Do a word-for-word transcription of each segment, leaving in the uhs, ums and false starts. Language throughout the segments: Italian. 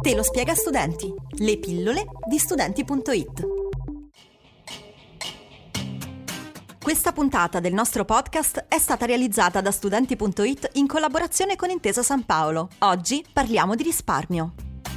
Te lo spiega Studenti, le pillole di studenti punto it. Questa puntata del nostro podcast è stata realizzata da studenti punto it in collaborazione con Intesa San Paolo. Oggi parliamo di risparmio.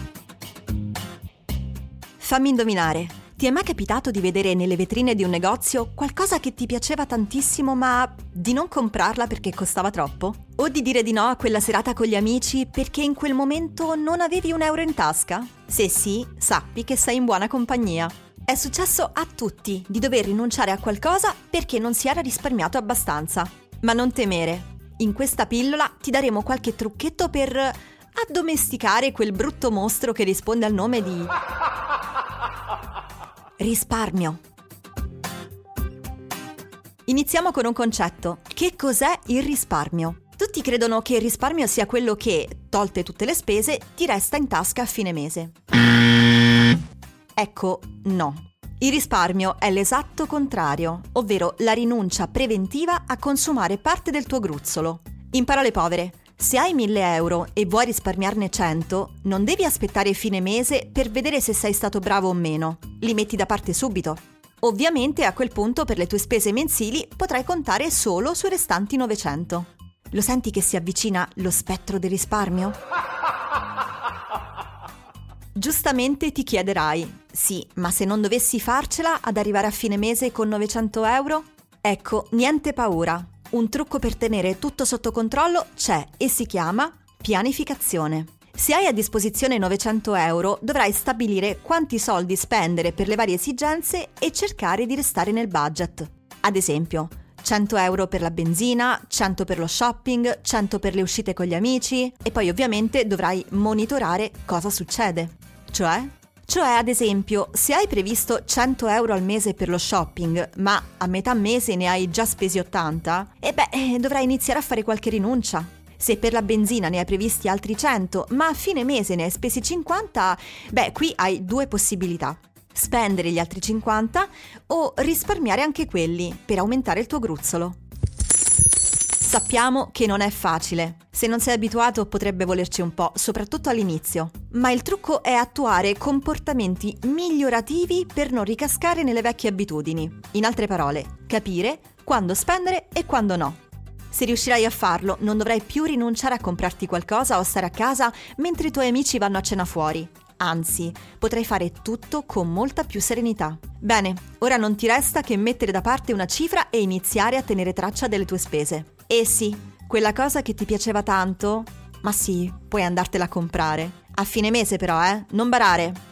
Fammi indovinare, ti è mai capitato di vedere nelle vetrine di un negozio qualcosa che ti piaceva tantissimo ma di non comprarla perché costava troppo? O di dire di no a quella serata con gli amici perché in quel momento non avevi un euro in tasca? Se sì, sappi che sei in buona compagnia. È successo a tutti di dover rinunciare a qualcosa perché non si era risparmiato abbastanza. Ma non temere, in questa pillola ti daremo qualche trucchetto per addomesticare quel brutto mostro che risponde al nome di risparmio. Iniziamo con un concetto. Che cos'è il risparmio? Tutti credono che il risparmio sia quello che, tolte tutte le spese, ti resta in tasca a fine mese. Ecco, no. Il risparmio è l'esatto contrario, ovvero la rinuncia preventiva a consumare parte del tuo gruzzolo. In parole povere, se hai mille euro e vuoi risparmiarne cento, non devi aspettare fine mese per vedere se sei stato bravo o meno. Li metti da parte subito. Ovviamente a quel punto per le tue spese mensili potrai contare solo sui restanti novecento. Lo senti che si avvicina lo spettro del risparmio? Giustamente ti chiederai, sì, ma se non dovessi farcela ad arrivare a fine mese con novecento euro? Ecco, niente paura. Un trucco per tenere tutto sotto controllo c'è e si chiama pianificazione. Se hai a disposizione novecento euro, dovrai stabilire quanti soldi spendere per le varie esigenze e cercare di restare nel budget. Ad esempio, cento euro per la benzina, cento per lo shopping, cento per le uscite con gli amici e poi ovviamente dovrai monitorare cosa succede. Cioè? Cioè, ad esempio, se hai previsto cento euro al mese per lo shopping, ma a metà mese ne hai già spesi ottanta, e beh, dovrai iniziare a fare qualche rinuncia. Se per la benzina ne hai previsti altri cento, ma a fine mese ne hai spesi cinquanta, beh, qui hai due possibilità. Spendere gli altri cinquanta o risparmiare anche quelli per aumentare il tuo gruzzolo. Sappiamo che non è facile. Se non sei abituato potrebbe volerci un po', soprattutto all'inizio. Ma il trucco è attuare comportamenti migliorativi per non ricascare nelle vecchie abitudini. In altre parole, capire quando spendere e quando no. Se riuscirai a farlo, non dovrai più rinunciare a comprarti qualcosa o stare a casa mentre i tuoi amici vanno a cena fuori. Anzi, potrai fare tutto con molta più serenità. Bene, ora non ti resta che mettere da parte una cifra e iniziare a tenere traccia delle tue spese. E sì, quella cosa che ti piaceva tanto? Ma sì, puoi andartela a comprare. A fine mese però, eh? Non barare!